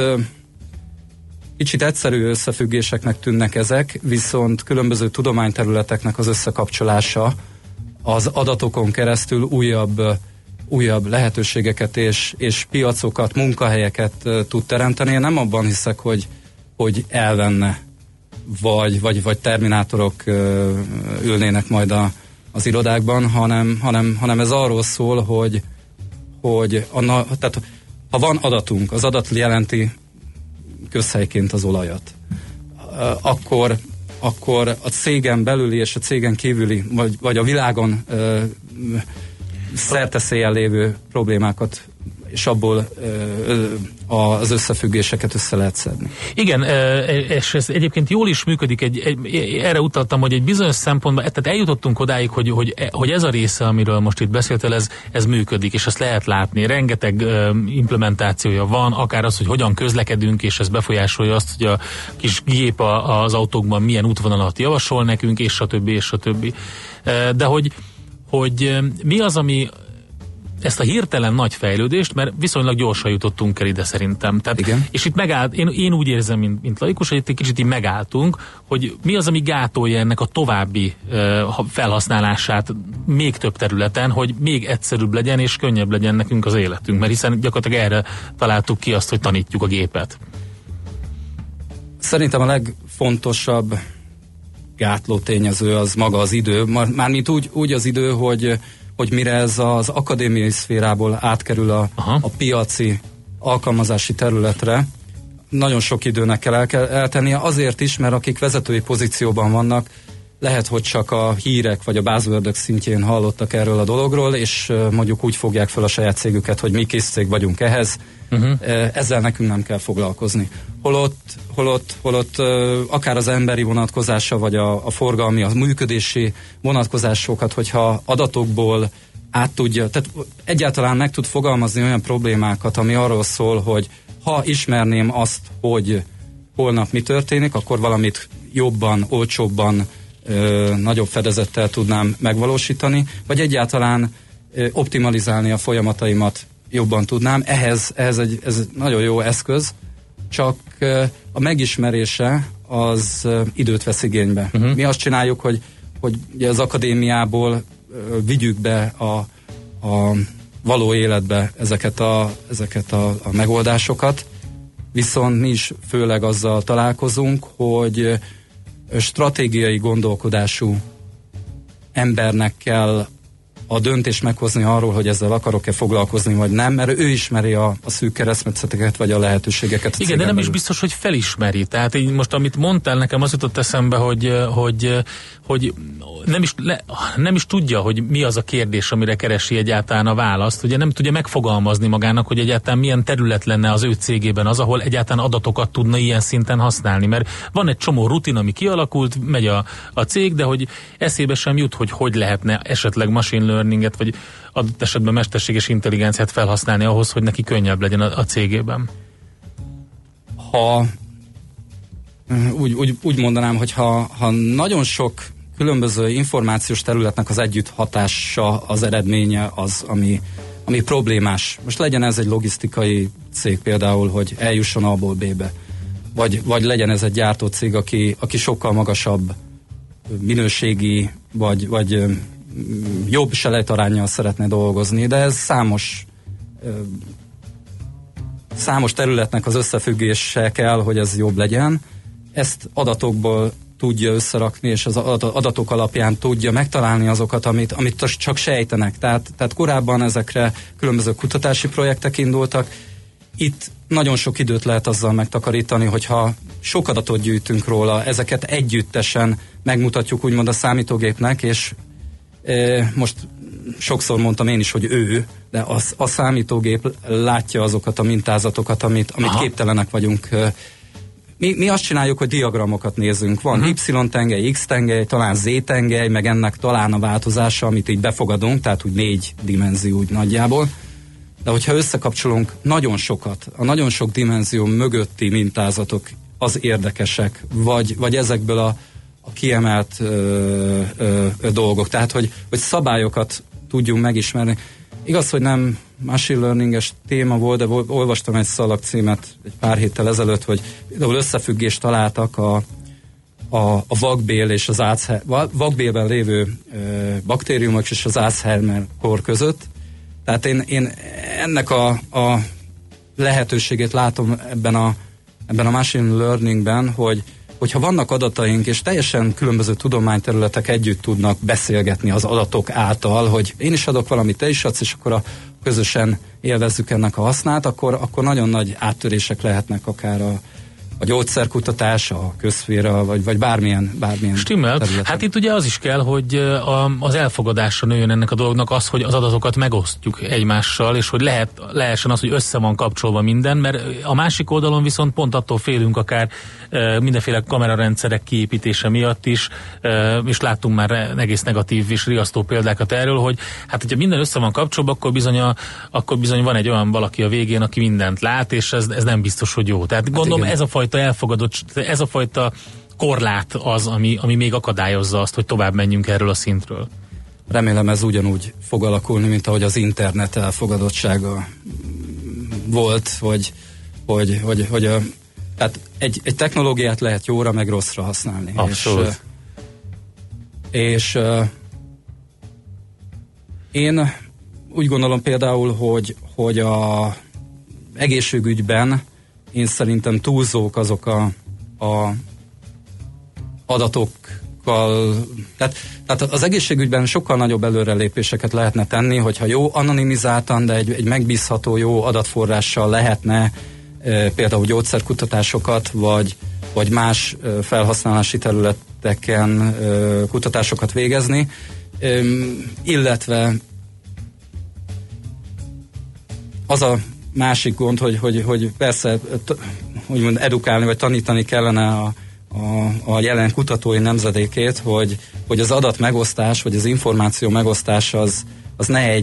egyszerű összefüggéseknek tűnnek ezek, viszont különböző tudományterületeknek az összekapcsolása az adatokon keresztül újabb lehetőségeket és piacokat, munkahelyeket tud teremteni. Én nem abban hiszek, hogy elvenne, vagy terminátorok ülnének majd az irodákban, hanem ez arról szól, hogy tehát, ha van adatunk, az adat jelenti közhelyként az olajat, akkor a cégen belüli és a cégen kívüli, vagy a világon szerteszélyen lévő problémákat és abból az összefüggéseket össze lehet szedni. Igen, és ez egyébként jól is működik, erre utaltam, hogy egy bizonyos szempontban, tehát eljutottunk odáig, hogy ez a része, amiről most itt beszéltél, ez működik, és ezt lehet látni. Rengeteg implementációja van, akár az, hogy hogyan közlekedünk, és ez befolyásolja azt, hogy a kis gép az autókban milyen útvonalat javasol nekünk, és stb. És stb. De hogy mi az, ami ezt a hirtelen nagy fejlődést, mert viszonylag gyorsan jutottunk el ide szerintem. Tehát, igen. És itt megállt, én úgy érzem, mint laikus, hogy itt egy kicsit így megálltunk, hogy mi az, ami gátolja ennek a további felhasználását még több területen, hogy még egyszerűbb legyen és könnyebb legyen nekünk az életünk, mert hiszen gyakorlatilag erre találtuk ki azt, hogy tanítjuk a gépet. Szerintem a legfontosabb gátló tényező az maga az idő, mármint úgy az idő, hogy mire ez az akadémiai szférából átkerül a piaci alkalmazási területre, nagyon sok időnek kell eltennie, azért is, mert akik vezetői pozícióban vannak, lehet, hogy csak a hírek vagy a buzzwordök szintjén hallottak erről a dologról, és mondjuk úgy fogják fel a saját cégüket, hogy mi kis cég vagyunk ehhez, ezzel nekünk nem kell foglalkozni. Holott akár az emberi vonatkozása, vagy a forgalmi, a működési vonatkozásokat, hogyha adatokból át tudja, tehát egyáltalán meg tud fogalmazni olyan problémákat, ami arról szól, hogy ha ismerném azt, hogy holnap mi történik, akkor valamit jobban, olcsóbban, nagyobb fedezettel tudnám megvalósítani, vagy egyáltalán optimalizálni a folyamataimat jobban tudnám. Ez egy nagyon jó eszköz, csak a megismerése az időt vesz igénybe. Mi azt csináljuk, hogy az akadémiából vigyük be a való életbe ezeket a megoldásokat, viszont mi is főleg azzal találkozunk, hogy stratégiai gondolkodású embernek kell a döntést meghozni arról, hogy ezzel akarok-e foglalkozni, vagy nem, mert ő ismeri a szűk keresztmetszeteket, vagy a lehetőségeket. Igen, de nem is biztos, hogy felismeri. Tehát így most, amit mondtál, nekem az jutott eszembe, hogy nem is tudja, hogy mi az a kérdés, amire keresi egyáltalán a választ. Ugye nem tudja megfogalmazni magának, hogy egyáltalán milyen terület lenne az ő cégében az, ahol egyáltalán adatokat tudna ilyen szinten használni. Mert van egy csomó rutin, ami kialakult, megy a cég, de hogy eszébe sem jut, hogy lehetne esetleg machine learninget, vagy adott esetben mesterséges intelligenciát felhasználni ahhoz, hogy neki könnyebb legyen a cégében. Úgy mondanám, hogy ha nagyon sok különböző információs területnek az együtthatása az eredménye az, ami problémás. Most legyen ez egy logisztikai cég például, hogy eljusson A-ból B-be. Vagy legyen ez egy gyártócég, aki sokkal magasabb minőségi, vagy jobb selejtaránnyal szeretne dolgozni, de ez számos területnek az összefüggése kell, hogy ez jobb legyen. Ezt adatokból tudja összerakni, és az adatok alapján tudja megtalálni azokat, amit csak sejtenek. Tehát korábban ezekre különböző kutatási projektek indultak. Itt nagyon sok időt lehet azzal megtakarítani, hogyha sok adatot gyűjtünk róla, ezeket együttesen megmutatjuk úgymond a számítógépnek, és most sokszor mondtam én is, hogy de a számítógép látja azokat a mintázatokat, amit képtelenek vagyunk. Mi azt csináljuk, hogy diagramokat nézünk. Van Y-tengely, X-tengely, talán Z-tengely, meg ennek talán a változása, amit így befogadunk, tehát úgy 4 dimenzió úgy nagyjából. De hogyha összekapcsolunk nagyon sokat, a nagyon sok dimenzió mögötti mintázatok az érdekesek, vagy ezekből a kiemelt dolgok. Tehát, hogy szabályokat tudjunk megismerni. Igaz, hogy nem machine learninges téma volt, de olvastam egy szalagcímet egy pár héttel ezelőtt, hogy például összefüggést találtak a vakbél és az vakbélben lévő baktériumok és az Alzheimer-kor között. Tehát én ennek a lehetőségét látom ebben a machine learningben, hogyha vannak adataink, és teljesen különböző tudományterületek együtt tudnak beszélgetni az adatok által, hogy én is adok valamit, te is adsz, és akkor közösen élvezzük ennek a hasznát, akkor nagyon nagy áttörések lehetnek akár gyógyszerkutatás, a közszféra, vagy bármilyen Stimmel. területen. Hát itt ugye az is kell, hogy az elfogadásra nőjön ennek a dolognak az, hogy az adatokat megosztjuk egymással, és hogy lehessen az, hogy össze van kapcsolva minden, mert a másik oldalon viszont pont attól félünk akár mindenféle kamerarendszerek kiépítése miatt is, és láttunk már egész negatív és riasztó példákat erről, hogy hát hogyha minden össze van kapcsolva, akkor bizony van egy olyan valaki a végén, aki mindent lát, és ez nem biztos, hogy jó. Tehát gondolom ez a fajta elfogadott, ez a fajta korlát az, ami még akadályozza azt, hogy tovább menjünk erről a szintről. Remélem ez ugyanúgy fog alakulni, mint ahogy az internet elfogadottsága volt, tehát egy technológiát lehet jóra, meg rosszra használni. Abszolút. És én úgy gondolom például, hogy a egészségügyben én szerintem túlzók azok a adatokkal, tehát az egészségügyben sokkal nagyobb előrelépéseket lehetne tenni, hogyha jó anonimizáltan, de egy megbízható jó adatforrással lehetne például gyógyszerkutatásokat, vagy más felhasználási területeken kutatásokat végezni, illetve az a másik gond, hogy persze úgymond edukálni, vagy tanítani kellene a jelen kutatói nemzedékét, hogy az adat megosztás, vagy az információ megosztás az ne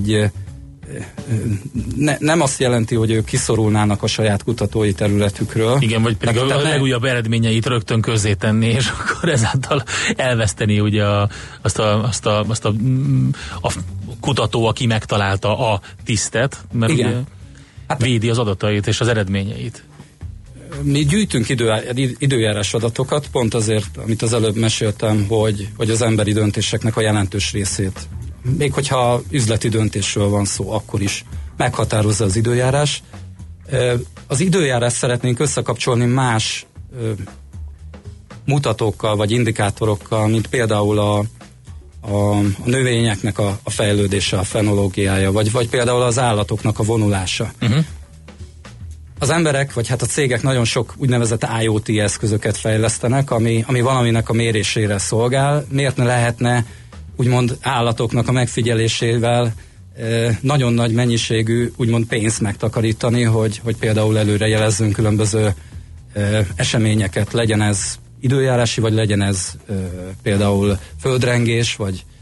nem azt jelenti, hogy ők kiszorulnának a saját kutatói területükről. Igen, vagy pedig a legújabb eredményeit rögtön közzétenni, és akkor ezáltal elveszteni ugye azt a kutató, aki megtalálta a tisztet, mert igen. Ugye védi az adatait és az eredményeit. Mi gyűjtünk időjárás adatokat, pont azért, amit az előbb meséltem, hogy az emberi döntéseknek a jelentős részét, még hogyha üzleti döntésről van szó, akkor is meghatározza az időjárás. Az időjárás szeretnénk összekapcsolni más mutatókkal vagy indikátorokkal, mint például a növényeknek a fejlődése, a fenológiája, vagy például az állatoknak a vonulása. Uh-huh. Az emberek, vagy hát a cégek nagyon sok úgynevezett IoT eszközöket fejlesztenek, ami valaminek a mérésére szolgál. Miért ne lehetne úgymond állatoknak a megfigyelésével nagyon nagy mennyiségű úgymond pénzt megtakarítani, hogy például előre jelezzünk különböző eseményeket, legyen ez időjárási, vagy legyen ez például földrengés,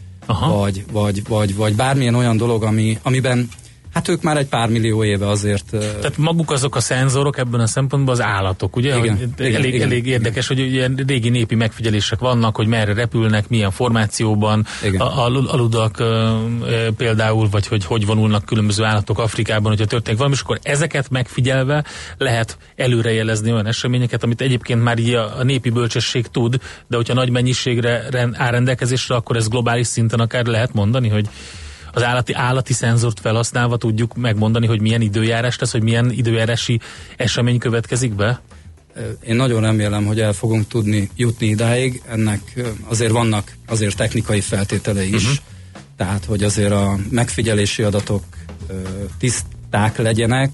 vagy bármilyen olyan dolog, amiben hát ők már egy pár millió éve azért... Tehát maguk azok a szenzorok ebben a szempontból az állatok, ugye? Igen, elég érdekes, hogy ugye régi népi megfigyelések vannak, hogy merre repülnek, milyen formációban, aludak például, vagy hogy vonulnak különböző állatok Afrikában, hogyha történik valami, és akkor ezeket megfigyelve lehet előrejelezni olyan eseményeket, amit egyébként már így a népi bölcsesség tud, de hogyha nagy mennyiségre áll rendelkezésre, akkor ez globális szinten akár lehet mondani, hogy az állati szenzort felhasználva tudjuk megmondani, hogy milyen időjárás lesz, hogy milyen időjárási esemény következik be? Én nagyon remélem, hogy el fogunk tudni jutni idáig. Ennek azért vannak technikai feltételei is. Uh-huh. Tehát, hogy azért a megfigyelési adatok tiszták legyenek.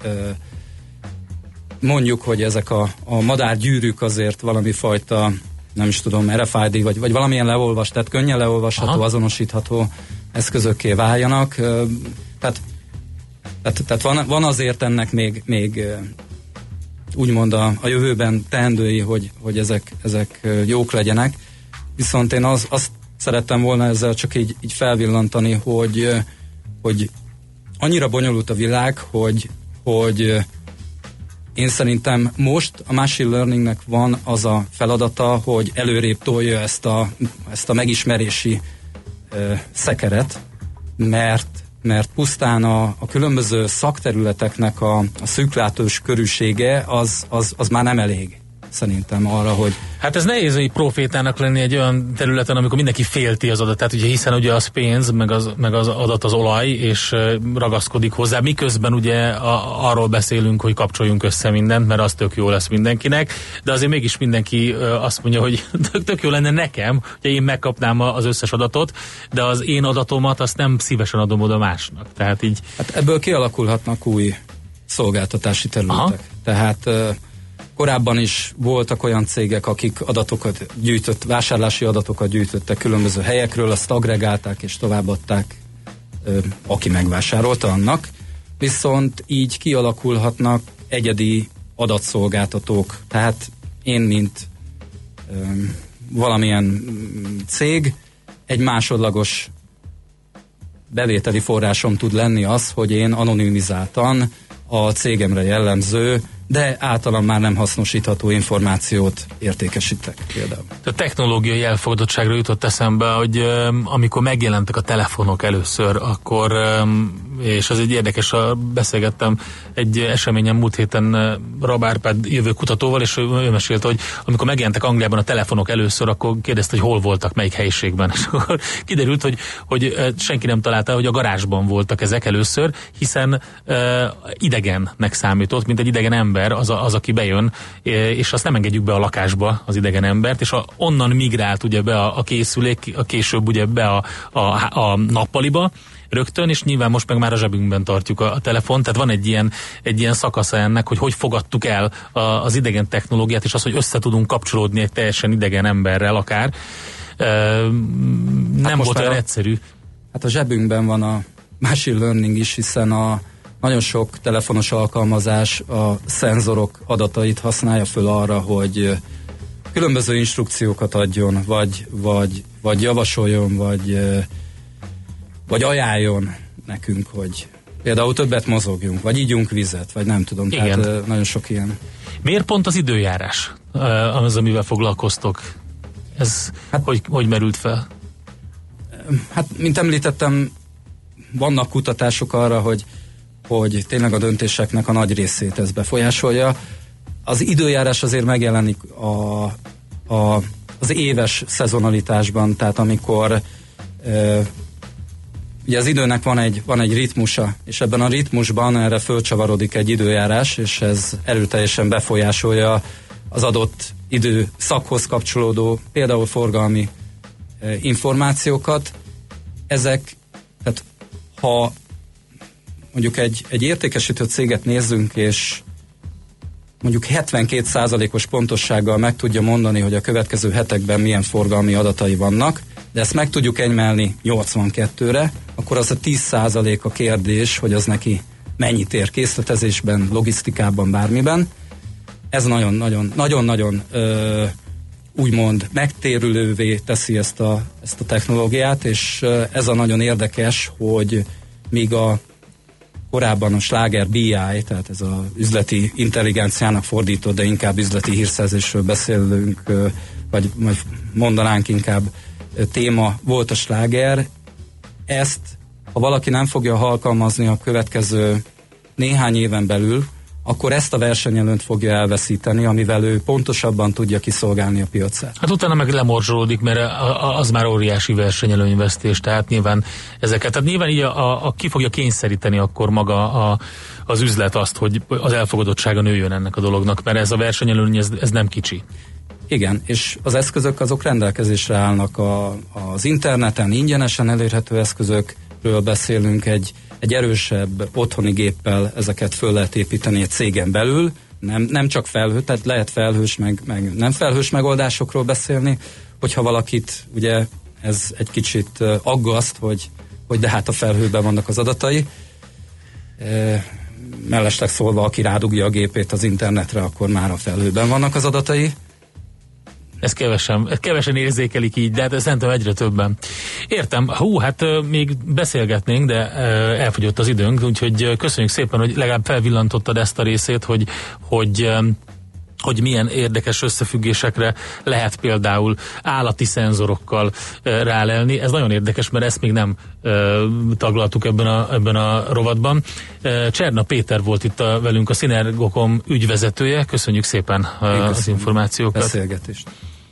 Mondjuk, hogy ezek a madárgyűrűk azért valami fajta, nem is tudom, RFID, vagy valamilyen tehát könnyen leolvasható, aha, azonosítható eszközökké váljanak. Tehát van azért ennek még úgymond a jövőben teendői, hogy ezek jók legyenek. Viszont én azt szerettem volna ezzel csak így felvillantani, hogy annyira bonyolult a világ, hogy én szerintem most a machine learningnek van az a feladata, hogy előrébb tolja ezt a megismerési szekeret, mert pusztán a különböző szakterületeknek a szűklátós körűsége az már nem elég szerintem arra, hogy... Hát ez nehéz egy profétának lenni egy olyan területen, amikor mindenki félti az adatát, ugye, hiszen ugye az pénz, meg az adat az olaj, és ragaszkodik hozzá, miközben ugye arról beszélünk, hogy kapcsoljunk össze mindent, mert az tök jó lesz mindenkinek, de azért mégis mindenki azt mondja, hogy tök jó lenne nekem, hogy én megkapnám az összes adatot, de az én adatomat azt nem szívesen adom oda másnak. Tehát így... Hát ebből kialakulhatnak új szolgáltatási területek. Aha. Tehát Korábban is voltak olyan cégek, akik adatokat vásárlási adatokat gyűjtöttek különböző helyekről, azt agregálták és továbbadták, aki megvásárolta annak. Viszont így kialakulhatnak egyedi adatszolgáltatók. Tehát én, mint valamilyen cég, egy másodlagos bevételi forrásom tud lenni az, hogy én anonimizáltan a cégemre jellemző, de általam már nem hasznosítható információt értékesítek például. A technológiai elfogadottságra jutott eszembe, hogy amikor megjelentek a telefonok először, akkor, és az egy érdekes, beszélgettem egy eseményen múlt héten Rab Árpád jövő kutatóval, és ő mesélte, hogy amikor megjelentek Angliában a telefonok először, akkor kérdezte, hogy hol voltak, melyik helyiségben. És akkor kiderült, hogy senki nem találta, hogy a garázsban voltak ezek először, hiszen idegennek számított, mint egy idegen ember az, aki bejön, és azt nem engedjük be a lakásba, az idegen embert, és onnan migrált ugye be a készülék, később ugye be a nappaliba rögtön, és nyilván most meg már a zsebünkben tartjuk a telefont, tehát van egy ilyen szakasza ennek, hogy fogadtuk el az idegen technológiát, és az, hogy össze tudunk kapcsolódni egy teljesen idegen emberrel akár. Nem volt olyan egyszerű. Hát a zsebünkben van a machine learning is, hiszen nagyon sok telefonos alkalmazás a szenzorok adatait használja föl arra, hogy különböző instrukciókat adjon, vagy javasoljon, vagy ajánljon nekünk, hogy például többet mozogjunk, vagy ígyunk vizet, vagy nem tudom. Igen. Tehát nagyon sok ilyen. Miért pont az időjárás az, amivel foglalkoztok? Ez hogy merült fel? Hát, mint említettem, vannak kutatások arra, hogy tényleg a döntéseknek a nagy részét ez befolyásolja. Az időjárás azért megjelenik az éves szezonalitásban, tehát amikor ugye az időnek van egy ritmusa, és ebben a ritmusban erre fölcsavarodik egy időjárás, és ez erőteljesen befolyásolja az adott időszakhoz kapcsolódó, például forgalmi információkat. Ezek, tehát ha mondjuk egy értékesítő céget nézzünk, és mondjuk 72%-os pontossággal meg tudja mondani, hogy a következő hetekben milyen forgalmi adatai vannak, de ezt meg tudjuk emelni 82-re, akkor az a 10% a kérdés, hogy az neki mennyit ér készletezésben, logisztikában, bármiben. Ez nagyon-nagyon úgymond megtérülővé teszi ezt a technológiát, és ez a nagyon érdekes, hogy míg korábban a Schlager BI, tehát ez az üzleti intelligenciának fordított, de inkább üzleti hírszerzésről beszélünk, vagy mondanánk inkább téma volt a Schlager. Ezt, ha valaki nem fogja alkalmazni a következő néhány éven belül, akkor ezt a versenyelőnyt fogja elveszíteni, amivel ő pontosabban tudja kiszolgálni a piacát. Hát utána meg lemorzsolódik, mert az már óriási versenyelőnyvesztés, tehát nyilván ezeket, tehát nyilván így ki fogja kényszeríteni akkor maga az üzlet azt, hogy az elfogadottsága nőjön ennek a dolognak, mert ez a versenyelőny, ez nem kicsi. Igen, és az eszközök azok rendelkezésre állnak az interneten, ingyenesen elérhető eszközökről beszélünk, egy erősebb otthoni géppel ezeket föl lehet építeni egy cégen belül, nem csak felhő, tehát lehet felhős, meg nem felhős megoldásokról beszélni, hogyha valakit ugye ez egy kicsit aggaszt, hogy de hát a felhőben vannak az adatai. Mellesleg szólva, aki rádugja a gépét az internetre, akkor már a felhőben vannak az adatai. Ezt kevesen érzékelik így, de hát szerintem egyre többen. Értem, hát még beszélgetnénk, de elfogyott az időnk, úgyhogy köszönjük szépen, hogy legalább felvillantottad ezt a részét, hogy milyen érdekes összefüggésekre lehet például állati szenzorokkal rálelni. Ez nagyon érdekes, mert ezt még nem taglaltuk ebben a rovatban. Cserna Péter volt itt velünk, a Synergocom ügyvezetője. Köszönjük szépen az információkat. Beszélgetést.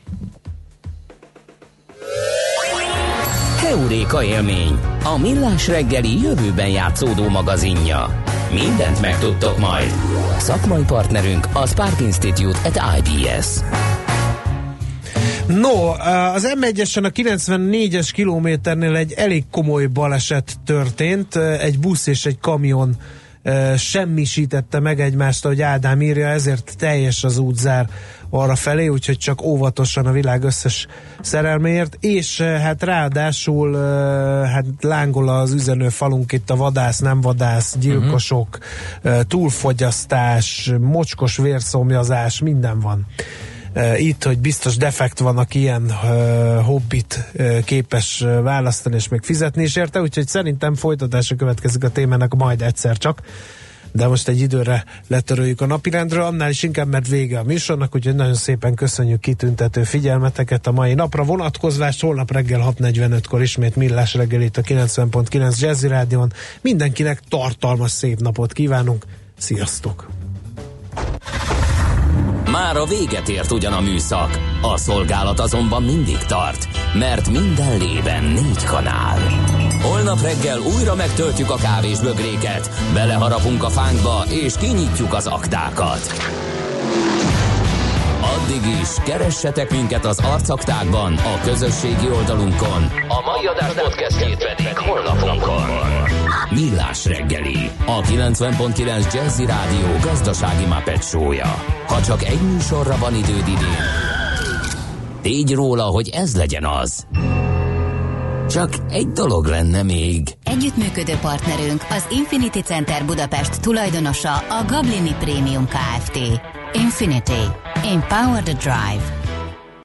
Heuréka élmény, a Millás reggeli jövőben játszódó magazinja. Mindent megtudtok majd. Szakmai partnerünk a Spark Institute at IBS. No, az M1-esen a 94-es kilométernél egy elég komoly baleset történt. Egy busz és egy kamion semmisítette meg egymást, ahogy Ádám írja, ezért teljes az útzár arra felé, úgyhogy csak óvatosan a világ összes szerelméért, és hát ráadásul hát lángol az üzenőfalunk itt a vadász, nem vadász, gyilkosok, túlfogyasztás, mocskos vérszomjazás, minden van. Itt, hogy biztos defekt van, aki ilyen hobbit képes választani, és még fizetni is érte, úgyhogy szerintem folytatása következik a témának majd egyszer csak, de most egy időre letöröljük a napirendről, annál is inkább, mert vége a műsornak, úgyhogy nagyon szépen köszönjük kitüntető figyelmeteket a mai napra. Vonatkozvást holnap reggel 6:45-kor ismét Millás reggelét a 90.9 Jazzy Rádión. Mindenkinek tartalmas szép napot kívánunk, sziasztok! Már a véget ért ugyan a műszak, a szolgálat azonban mindig tart, mert minden lében 4 kanál. Holnap reggel újra megtöltjük a kávésbögréket, beleharapunk a fánkba és kinyitjuk az aktákat. Addig is keressetek minket az arcaktákban, a közösségi oldalunkon, a mai adás podcastjét pedig honlapunkon. Millás reggeli, a 90.9 Jazzy Rádió gazdasági Muppet show-ja. Ha csak egy műsorra van időd idén, tégy róla, hogy ez legyen az. Csak egy dolog lenne még. Együttműködő partnerünk az Infinity Center Budapest tulajdonosa a Gablini Premium Kft. Infinity. Empower the Drive.